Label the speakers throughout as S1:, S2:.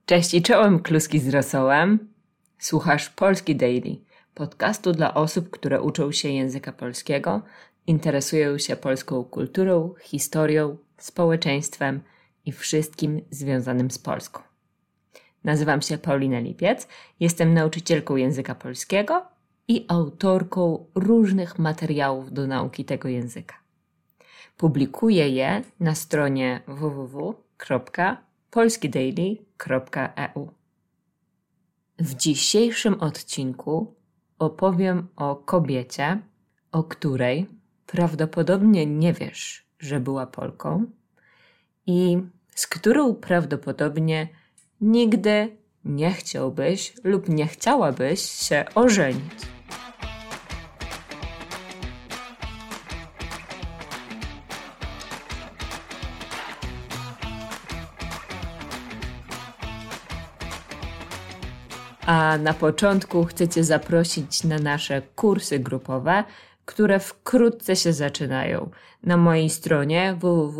S1: Cześć i czołem, kluski z rosołem. Słuchasz Polski Daily, podcastu dla osób, które uczą się języka polskiego, interesują się polską kulturą, historią, społeczeństwem i wszystkim związanym z Polską. Nazywam się Paulina Lipiec, jestem nauczycielką języka polskiego i autorką różnych materiałów do nauki tego języka. Publikuję je na stronie www.polskidaily.eu. W dzisiejszym odcinku opowiem o kobiecie, o której prawdopodobnie nie wiesz, że była Polką i z którą prawdopodobnie nigdy nie chciałbyś lub nie chciałabyś się ożenić. A na początku chcę Cię zaprosić na nasze kursy grupowe, które wkrótce się zaczynają. Na mojej stronie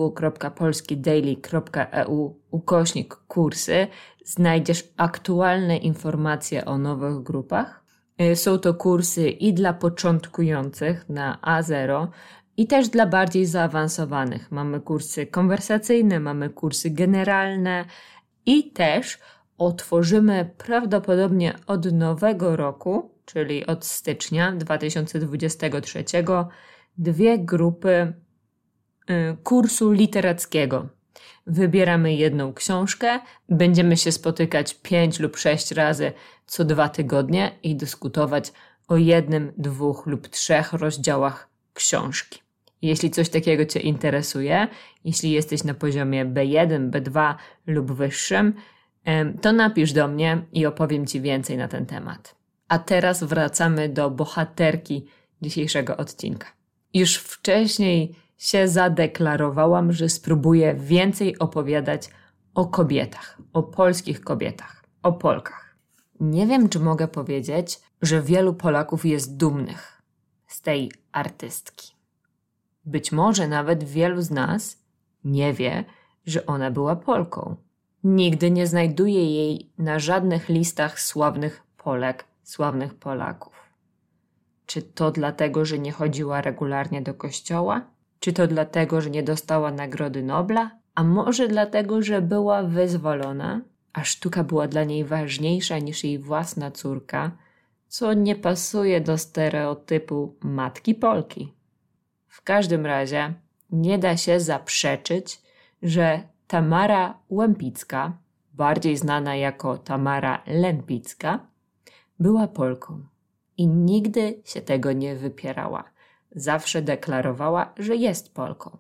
S1: www.polskidaily.eu/kursy znajdziesz aktualne informacje o nowych grupach. Są to kursy i dla początkujących na A0 i też dla bardziej zaawansowanych. Mamy kursy konwersacyjne, mamy kursy generalne i też otworzymy prawdopodobnie od nowego roku, czyli od stycznia 2023, dwie grupy kursu literackiego. Wybieramy jedną książkę, będziemy się spotykać 5 lub 6 razy co 2 tygodnie i dyskutować o 1, 2 lub 3 rozdziałach książki. Jeśli coś takiego Cię interesuje, jeśli jesteś na poziomie B1, B2 lub wyższym, to napisz do mnie i opowiem Ci więcej na ten temat. A teraz wracamy do bohaterki dzisiejszego odcinka. Już wcześniej się zadeklarowałam, że spróbuję więcej opowiadać o kobietach, o polskich kobietach, o Polkach. Nie wiem, czy mogę powiedzieć, że wielu Polaków jest dumnych z tej artystki. Być może nawet wielu z nas nie wie, że ona była Polką. Nigdy nie znajduję jej na żadnych listach sławnych Polek, sławnych Polaków. Czy to dlatego, że nie chodziła regularnie do kościoła? Czy to dlatego, że nie dostała Nagrody Nobla? A może dlatego, że była wyzwolona, a sztuka była dla niej ważniejsza niż jej własna córka, co nie pasuje do stereotypu matki Polki. W każdym razie nie da się zaprzeczyć, że Tamara Łempicka, bardziej znana jako Tamara Lempicka, była Polką i nigdy się tego nie wypierała. Zawsze deklarowała, że jest Polką.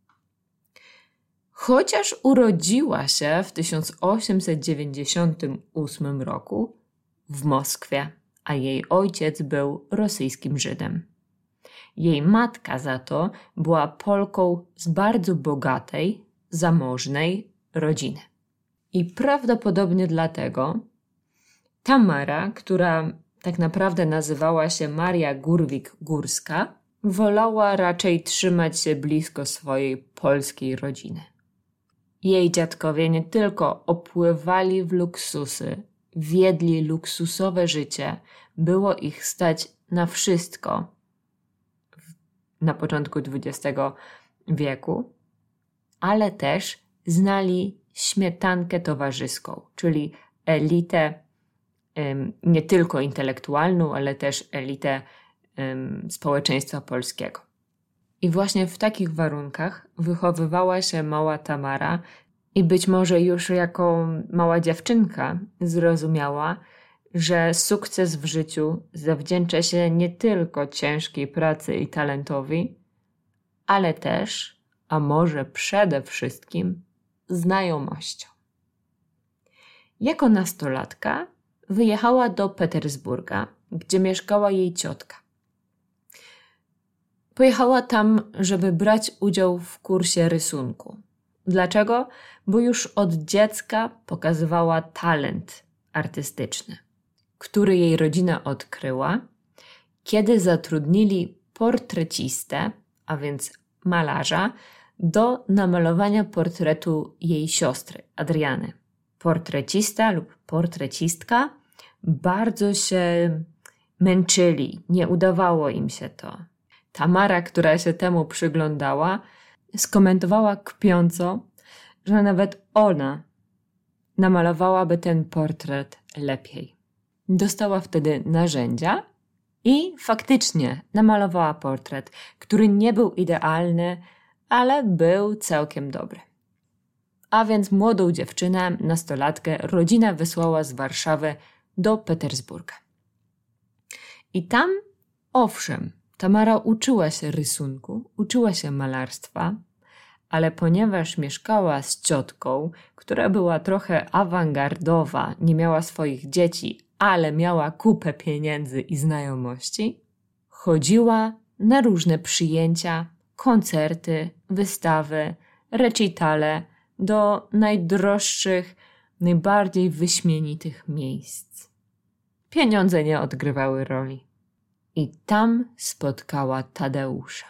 S1: Chociaż urodziła się w 1898 roku w Moskwie, a jej ojciec był rosyjskim Żydem. Jej matka za to była Polką z bardzo bogatej, zamożnej rodziny. I prawdopodobnie dlatego Tamara, która tak naprawdę nazywała się Maria Górwik-Górska, wolała raczej trzymać się blisko swojej polskiej rodziny. Jej dziadkowie nie tylko opływali w luksusy, wiedli luksusowe życie, było ich stać na wszystko na początku XX wieku, ale też znali śmietankę towarzyską, czyli elitę nie tylko intelektualną, ale też elitę społeczeństwa polskiego. I właśnie w takich warunkach wychowywała się mała Tamara i być może już jako mała dziewczynka zrozumiała, że sukces w życiu zawdzięcza się nie tylko ciężkiej pracy i talentowi, ale też, a może przede wszystkim, znajomością. Jako nastolatka wyjechała do Petersburga, gdzie mieszkała jej ciotka. Pojechała tam, żeby brać udział w kursie rysunku. Dlaczego? Bo już od dziecka pokazywała talent artystyczny, który jej rodzina odkryła, kiedy zatrudnili portrecistę, a więc malarza, do namalowania portretu jej siostry, Adriany. portrecista lub portrecistka bardzo się męczyli, nie udawało im się to. Tamara, która się temu przyglądała, skomentowała kpiąco, że nawet ona namalowałaby ten portret lepiej. Dostała wtedy narzędzia i faktycznie namalowała portret, który nie był idealny, ale był całkiem dobry. A więc młodą dziewczynę, nastolatkę, rodzina wysłała z Warszawy do Petersburga. I tam, owszem, Tamara uczyła się rysunku, uczyła się malarstwa, ale ponieważ mieszkała z ciotką, która była trochę awangardowa, nie miała swoich dzieci, ale miała kupę pieniędzy i znajomości, chodziła na różne przyjęcia, koncerty, wystawy, recitale do najdroższych, najbardziej wyśmienitych miejsc. Pieniądze nie odgrywały roli. I tam spotkała Tadeusza.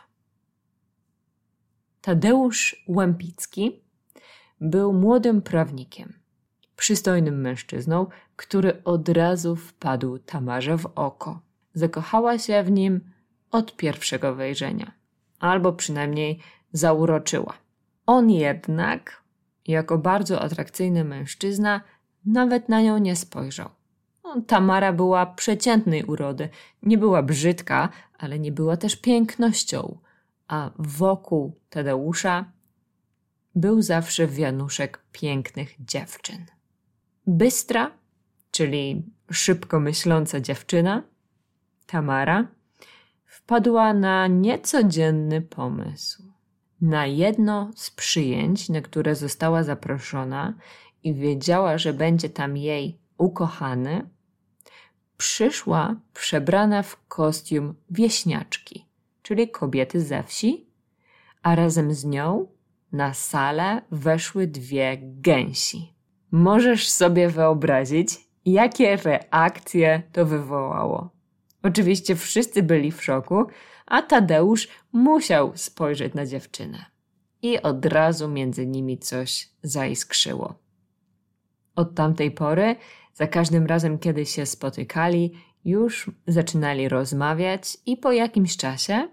S1: Tadeusz Łępicki był młodym prawnikiem, przystojnym mężczyzną, który od razu wpadł Tamarze w oko. Zakochała się w nim od pierwszego wejrzenia, albo przynajmniej zauroczyła. On jednak, jako bardzo atrakcyjny mężczyzna, nawet na nią nie spojrzał. Tamara była przeciętnej urody, nie była brzydka, ale nie była też pięknością, a wokół Tadeusza był zawsze wianuszek pięknych dziewczyn. Bystra, czyli szybko myśląca dziewczyna, Tamara, wpadła na niecodzienny pomysł. Na jedno z przyjęć, na które została zaproszona i wiedziała, że będzie tam jej ukochany, przyszła przebrana w kostium wieśniaczki, czyli kobiety ze wsi, a razem z nią na salę weszły 2 gęsi. Możesz sobie wyobrazić, jakie reakcje to wywołało. Oczywiście wszyscy byli w szoku, a Tadeusz musiał spojrzeć na dziewczynę. I od razu między nimi coś zaiskrzyło. Od tamtej pory, za każdym razem, kiedy się spotykali, już zaczynali rozmawiać i po jakimś czasie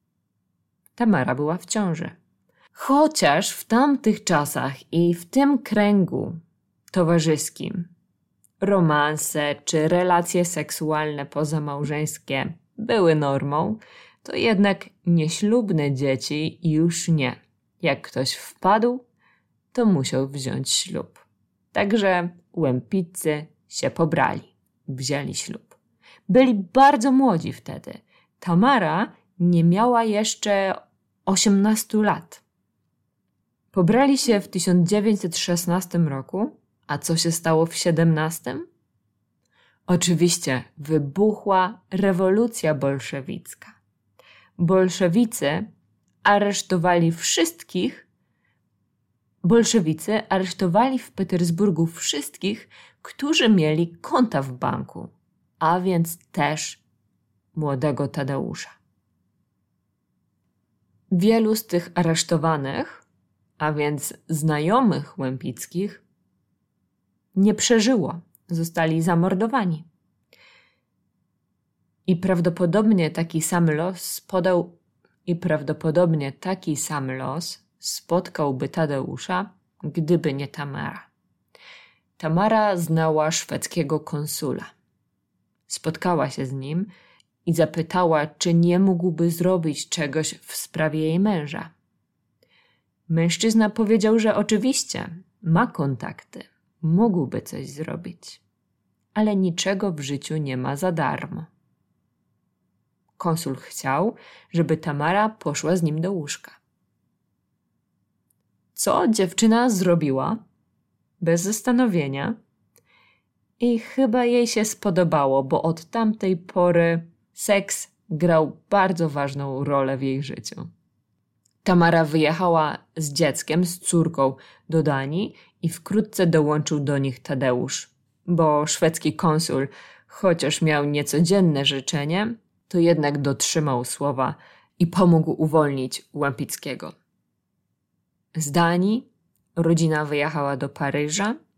S1: Tamara była w ciąży. Chociaż w tamtych czasach i w tym kręgu towarzyskim romanse czy relacje seksualne pozamałżeńskie były normą, to jednak nieślubne dzieci już nie. Jak ktoś wpadł, to musiał wziąć ślub. Także Łępiccy się pobrali, wzięli ślub. Byli bardzo młodzi wtedy. Tamara nie miała jeszcze 18 lat. Pobrali się w 1916 roku, a co się stało w 17? Oczywiście wybuchła rewolucja bolszewicka. Bolszewicy aresztowali w Petersburgu wszystkich, którzy mieli konta w banku, a więc też młodego Tadeusza. Wielu z tych aresztowanych, a więc znajomych Łępickich, nie przeżyło, zostali zamordowani. I prawdopodobnie taki sam los spotkałby Tadeusza, gdyby nie Tamara. Tamara znała szwedzkiego konsula. Spotkała się z nim i zapytała, czy nie mógłby zrobić czegoś w sprawie jej męża. Mężczyzna powiedział, że oczywiście ma kontakty, mógłby coś zrobić, ale niczego w życiu nie ma za darmo. Konsul chciał, żeby Tamara poszła z nim do łóżka. Co dziewczyna zrobiła? Bez zastanowienia. I chyba jej się spodobało, bo od tamtej pory seks grał bardzo ważną rolę w jej życiu. Tamara wyjechała z dzieckiem, z córką do Danii i wkrótce dołączył do nich Tadeusz, bo szwedzki konsul, chociaż miał niecodzienne życzenie, to jednak dotrzymał słowa i pomógł uwolnić Łępickiego. Z Danii rodzina wyjechała do Paryża,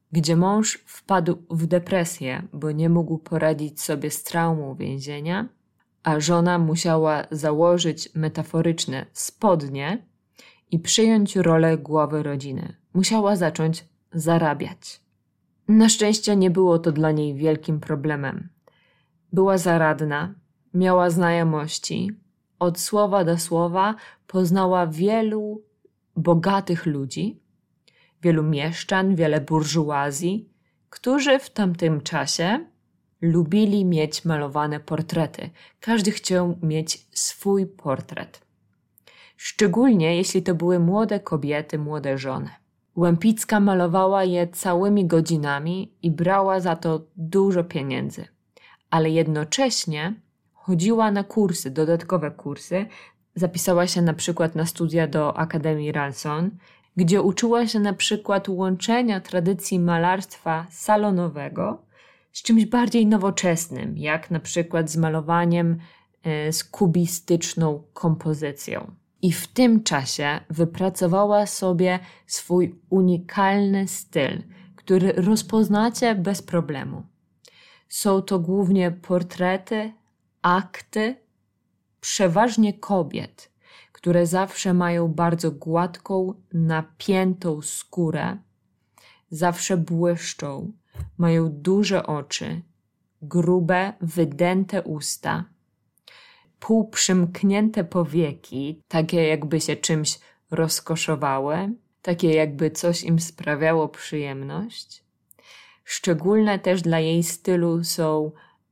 S1: gdzie mąż wpadł w depresję, bo nie mógł poradzić sobie z traumą więzienia, a żona musiała założyć metaforyczne spodnie i przyjąć rolę głowy rodziny. Musiała zacząć zarabiać. Na szczęście nie było to dla niej wielkim problemem. Była zaradna, miała znajomości, od słowa do słowa poznała wielu bogatych ludzi, wielu mieszczan, wiele burżuazji, którzy w tamtym czasie lubili mieć malowane portrety. Każdy chciał mieć swój portret. Szczególnie jeśli to były młode kobiety, młode żony. Łempicka malowała je całymi godzinami i brała za to dużo pieniędzy. Ale jednocześnie chodziła na kursy, dodatkowe kursy. Zapisała się na przykład na studia do Akademii Ralston, gdzie uczyła się na przykład łączenia tradycji malarstwa salonowego z czymś bardziej nowoczesnym, jak na przykład z malowaniem z kubistyczną kompozycją. I w tym czasie wypracowała sobie swój unikalny styl, który rozpoznacie bez problemu. Są to głównie portrety, akty, przeważnie kobiet, które zawsze mają bardzo gładką, napiętą skórę, zawsze błyszczą, mają duże oczy, grube, wydęte usta, półprzymknięte powieki, takie jakby się czymś rozkoszowały, takie jakby coś im sprawiało przyjemność. Szczególne też dla jej stylu są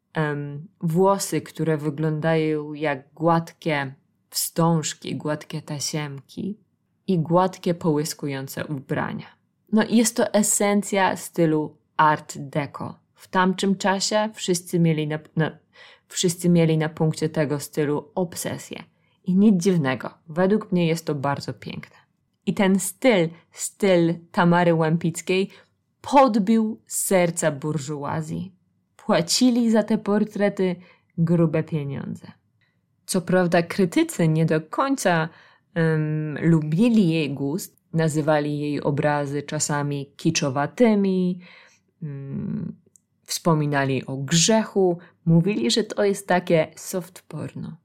S1: włosy, które wyglądają jak gładkie wstążki, gładkie tasiemki i gładkie, połyskujące ubrania. No i jest to esencja stylu Art Deco. W tamtym czasie wszyscy mieli na punkcie tego stylu obsesję. I nic dziwnego, według mnie jest to bardzo piękne. I ten styl Tamary Łempickiej podbił serca burżuazji. Płacili za te portrety grube pieniądze. Co prawda krytycy nie do końca lubili jej gust, nazywali jej obrazy czasami kiczowatymi, wspominali o grzechu, mówili, że to jest takie soft porno.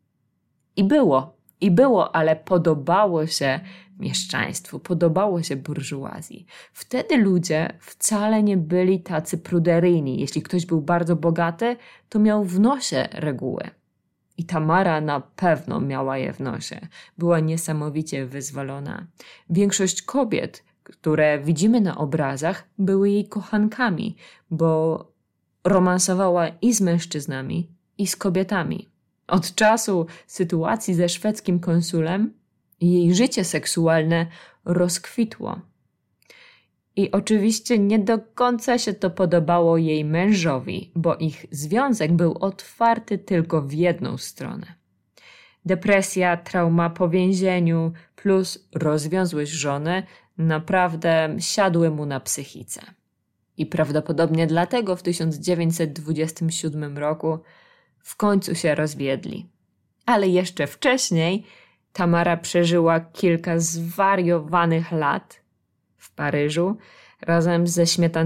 S1: I było, ale podobało się mieszczaństwu, podobało się burżuazji. Wtedy ludzie wcale nie byli tacy pruderyjni. Jeśli ktoś był bardzo bogaty, to miał w nosie reguły. I Tamara na pewno miała je w nosie. Była niesamowicie wyzwolona. Większość kobiet, które widzimy na obrazach, były jej kochankami, bo romansowała i z mężczyznami, i z kobietami. Od czasu sytuacji ze szwedzkim konsulem jej życie seksualne rozkwitło. I oczywiście nie do końca się to podobało jej mężowi, bo ich związek był otwarty tylko w jedną stronę. Depresja, trauma po więzieniu plus rozwiązłość żony naprawdę siadły mu na psychice. I prawdopodobnie dlatego w 1927 roku w końcu się rozwiedli. Ale jeszcze wcześniej Tamara przeżyła kilka zwariowanych lat w Paryżu razem ze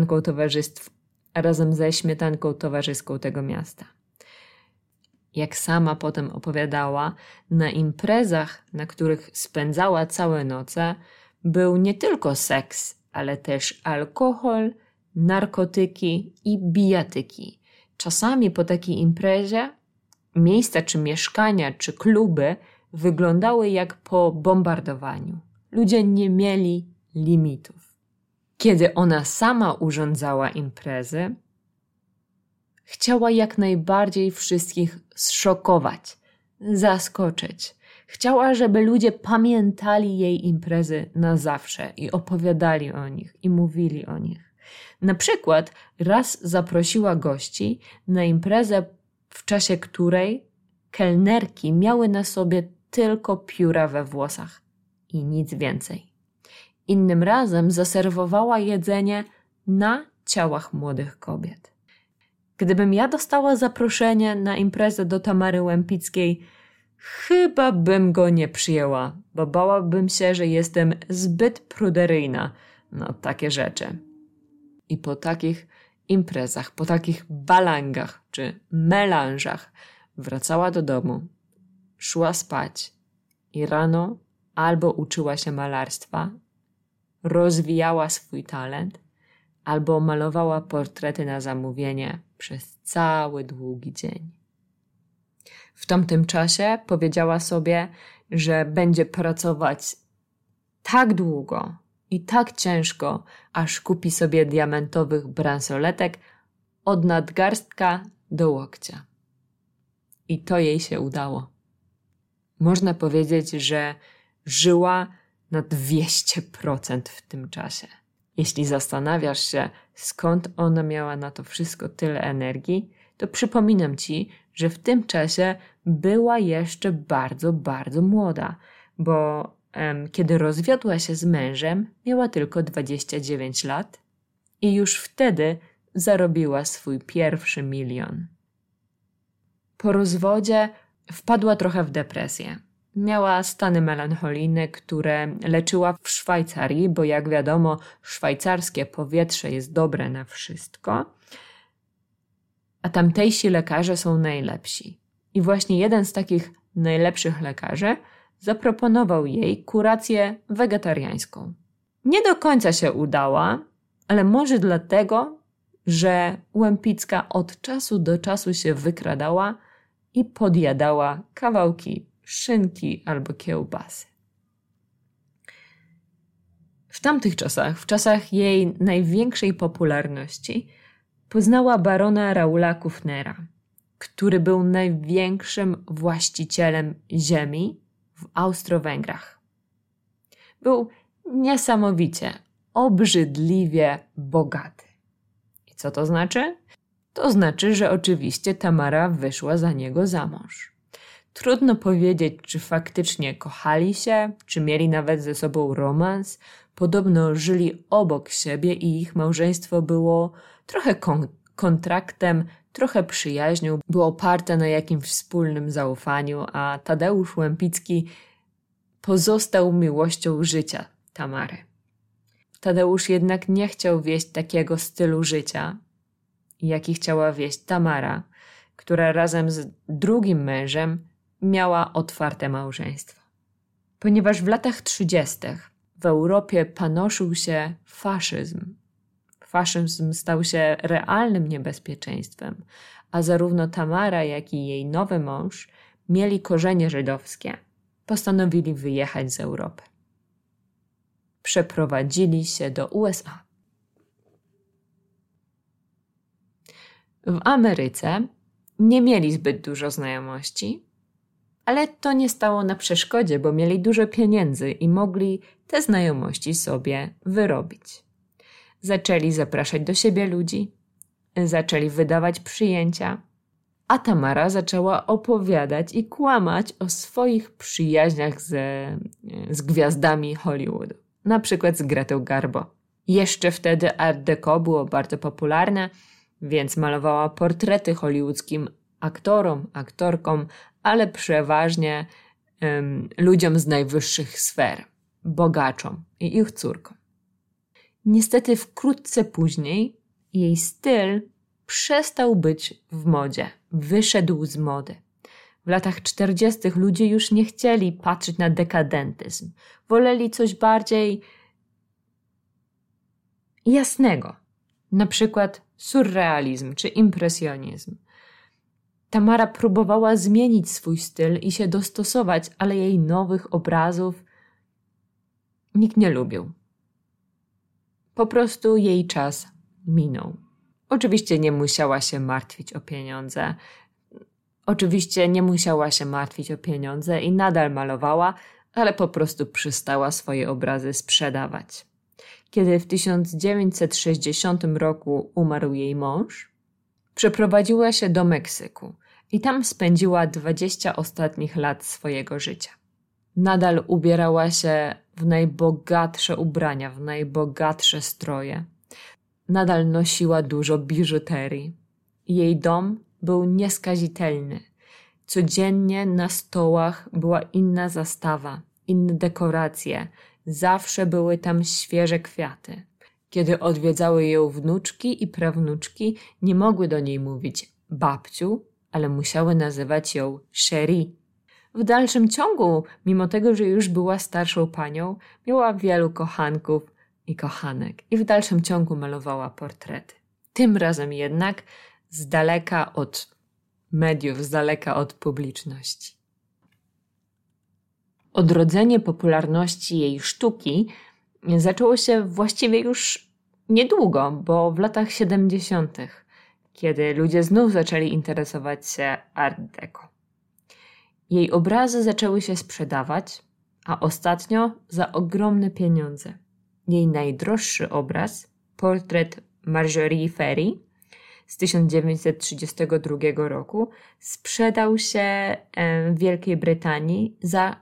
S1: śmietanką towarzyską tego miasta. Jak sama potem opowiadała, na imprezach, na których spędzała całe noce, był nie tylko seks, ale też alkohol, narkotyki i bijatyki. Czasami po takiej imprezie miejsca czy mieszkania czy kluby wyglądały jak po bombardowaniu. Ludzie nie mieli limitów. Kiedy ona sama urządzała imprezy, chciała jak najbardziej wszystkich zszokować, zaskoczyć. Chciała, żeby ludzie pamiętali jej imprezy na zawsze i opowiadali o nich i mówili o nich. Na przykład raz zaprosiła gości na imprezę, w czasie której kelnerki miały na sobie tylko pióra we włosach i nic więcej. Innym razem zaserwowała jedzenie na ciałach młodych kobiet. Gdybym ja dostała zaproszenie na imprezę do Tamary Łempickiej, chyba bym go nie przyjęła, bo bałabym się, że jestem zbyt pruderyjna na takie rzeczy. I po takich imprezach, po takich balangach czy melanżach wracała do domu, szła spać i rano albo uczyła się malarstwa, rozwijała swój talent, albo malowała portrety na zamówienie przez cały długi dzień. W tamtym czasie powiedziała sobie, że będzie pracować tak długo i tak ciężko, aż kupi sobie diamentowych bransoletek od nadgarstka do łokcia. I to jej się udało. Można powiedzieć, że żyła na 200% w tym czasie. Jeśli zastanawiasz się, skąd ona miała na to wszystko tyle energii, to przypominam ci, że w tym czasie była jeszcze bardzo, bardzo młoda, bo kiedy rozwiodła się z mężem, miała tylko 29 lat i już wtedy zarobiła swój pierwszy milion. Po rozwodzie wpadła trochę w depresję. Miała stany melancholijne, które leczyła w Szwajcarii, bo jak wiadomo, szwajcarskie powietrze jest dobre na wszystko, a tamtejsi lekarze są najlepsi. I właśnie jeden z takich najlepszych lekarzy zaproponował jej kurację wegetariańską. Nie do końca się udała, ale może dlatego, że Łempicka od czasu do czasu się wykradała i podjadała kawałki szynki albo kiełbasy. W tamtych czasach, w czasach jej największej popularności, poznała barona Raula Kufnera, który był największym właścicielem ziemi w Austro-Węgrach. Był niesamowicie, obrzydliwie bogaty. I co to znaczy? To znaczy, że oczywiście Tamara wyszła za niego za mąż. Trudno powiedzieć, czy faktycznie kochali się, czy mieli nawet ze sobą romans. Podobno żyli obok siebie i ich małżeństwo było trochę kontraktem, trochę przyjaźnią, było oparte na jakimś wspólnym zaufaniu, a Tadeusz Łempicki pozostał miłością życia Tamary. Tadeusz jednak nie chciał wieść takiego stylu życia, jaki chciała wieść Tamara, która razem z drugim mężem miała otwarte małżeństwo. Ponieważ w latach 30. w Europie panoszył się faszyzm. Faszyzm stał się realnym niebezpieczeństwem, a zarówno Tamara, jak i jej nowy mąż mieli korzenie żydowskie. Postanowili wyjechać z Europy. Przeprowadzili się do USA. W Ameryce nie mieli zbyt dużo znajomości, ale to nie stało na przeszkodzie, bo mieli dużo pieniędzy i mogli te znajomości sobie wyrobić. Zaczęli zapraszać do siebie ludzi, zaczęli wydawać przyjęcia, a Tamara zaczęła opowiadać i kłamać o swoich przyjaźniach z gwiazdami Hollywoodu, na przykład z Gretą Garbo. Jeszcze wtedy Art Deco było bardzo popularne, więc malowała portrety hollywoodzkim aktorom, aktorkom, ale przeważnie ludziom z najwyższych sfer, bogaczom i ich córkom. Niestety wkrótce później jej styl przestał być w modzie, wyszedł z mody. W latach 40. ludzie już nie chcieli patrzeć na dekadentyzm. Woleli coś bardziej jasnego, na przykład surrealizm czy impresjonizm. Tamara próbowała zmienić swój styl i się dostosować, ale jej nowych obrazów nikt nie lubił. Po prostu jej czas minął. Oczywiście nie musiała się martwić o pieniądze i nadal malowała, ale po prostu przestała swoje obrazy sprzedawać. Kiedy w 1960 roku umarł jej mąż, przeprowadziła się do Meksyku i tam spędziła 20 ostatnich lat swojego życia. Nadal ubierała się w najbogatsze ubrania, w najbogatsze stroje. Nadal nosiła dużo biżuterii. Jej dom był nieskazitelny. Codziennie na stołach była inna zastawa, inne dekoracje. Zawsze były tam świeże kwiaty. Kiedy odwiedzały ją wnuczki i prawnuczki, nie mogły do niej mówić babciu, ale musiały nazywać ją Cherie. W dalszym ciągu, mimo tego, że już była starszą panią, miała wielu kochanków i kochanek i w dalszym ciągu malowała portrety. Tym razem jednak z daleka od mediów, z daleka od publiczności. Odrodzenie popularności jej sztuki zaczęło się właściwie już niedługo, bo w latach 70., kiedy ludzie znów zaczęli interesować się Art Deco. Jej obrazy zaczęły się sprzedawać, a ostatnio za ogromne pieniądze. Jej najdroższy obraz, portret Marjorie Ferry z 1932 roku, sprzedał się w Wielkiej Brytanii za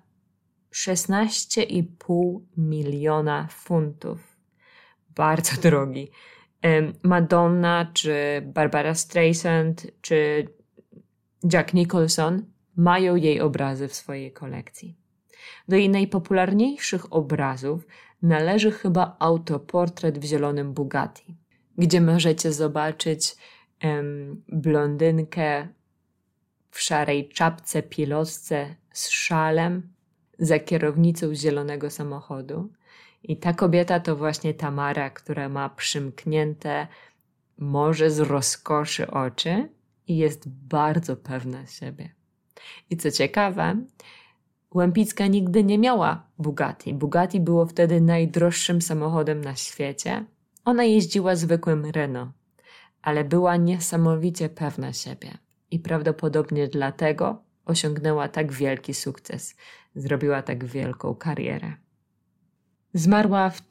S1: 16,5 miliona funtów. Bardzo drogi. Madonna, czy Barbara Streisand, czy Jack Nicholson mają jej obrazy w swojej kolekcji. Do jej najpopularniejszych obrazów należy chyba autoportret w zielonym Bugatti, gdzie możecie zobaczyć blondynkę w szarej czapce pilotce z szalem za kierownicą zielonego samochodu. I ta kobieta to właśnie Tamara, która ma przymknięte morze z rozkoszy oczy i jest bardzo pewna siebie. I co ciekawe, Łempicka nigdy nie miała Bugatti. Bugatti było wtedy najdroższym samochodem na świecie. Ona jeździła zwykłym Renault, ale była niesamowicie pewna siebie i prawdopodobnie dlatego osiągnęła tak wielki sukces, zrobiła tak wielką karierę. Zmarła w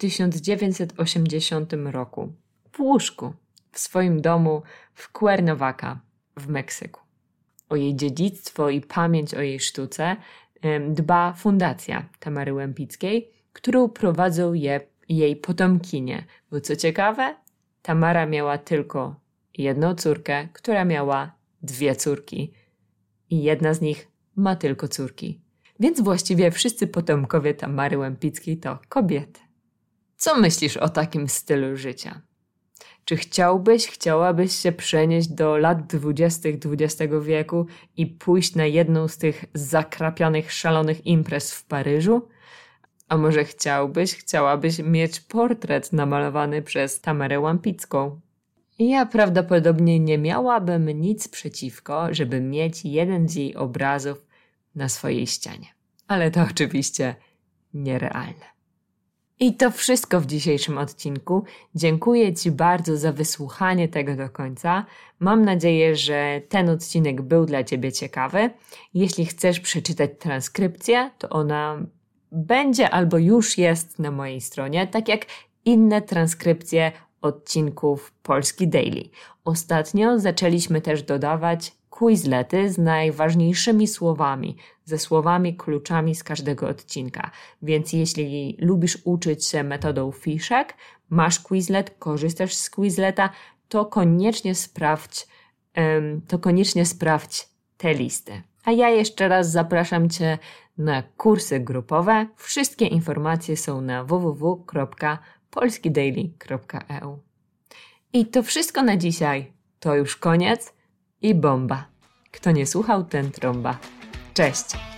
S1: 1980 roku w łóżku w swoim domu w Cuernavaca w Meksyku. O jej dziedzictwo i pamięć o jej sztuce dba Fundacja Tamary Łempickiej, którą prowadzą jej potomkinie. Bo co ciekawe, Tamara miała tylko jedną córkę, która miała 2 córki i jedna z nich ma tylko córki. Więc właściwie wszyscy potomkowie Tamary Łempickiej to kobiety. Co myślisz o takim stylu życia? Czy chciałabyś się przenieść do lat 20. XX wieku i pójść na jedną z tych zakrapionych, szalonych imprez w Paryżu? A może chciałabyś mieć portret namalowany przez Tamarę Łempicką? Ja prawdopodobnie nie miałabym nic przeciwko, żeby mieć jeden z jej obrazów na swojej ścianie. Ale to oczywiście nierealne. I to wszystko w dzisiejszym odcinku. Dziękuję Ci bardzo za wysłuchanie tego do końca. Mam nadzieję, że ten odcinek był dla Ciebie ciekawy. Jeśli chcesz przeczytać transkrypcję, to ona będzie albo już jest na mojej stronie, tak jak inne transkrypcje odcinków Polski Daily. Ostatnio zaczęliśmy też dodawać quizlety z najważniejszymi słowami, ze słowami kluczami z każdego odcinka. Więc jeśli lubisz uczyć się metodą fiszek, masz quizlet, korzystasz z quizleta, to koniecznie sprawdź te listy. A ja jeszcze raz zapraszam Cię na kursy grupowe. Wszystkie informacje są na www.polskidaily.eu. I to wszystko na dzisiaj. To już koniec i bomba. Kto nie słuchał, ten trąba. Cześć!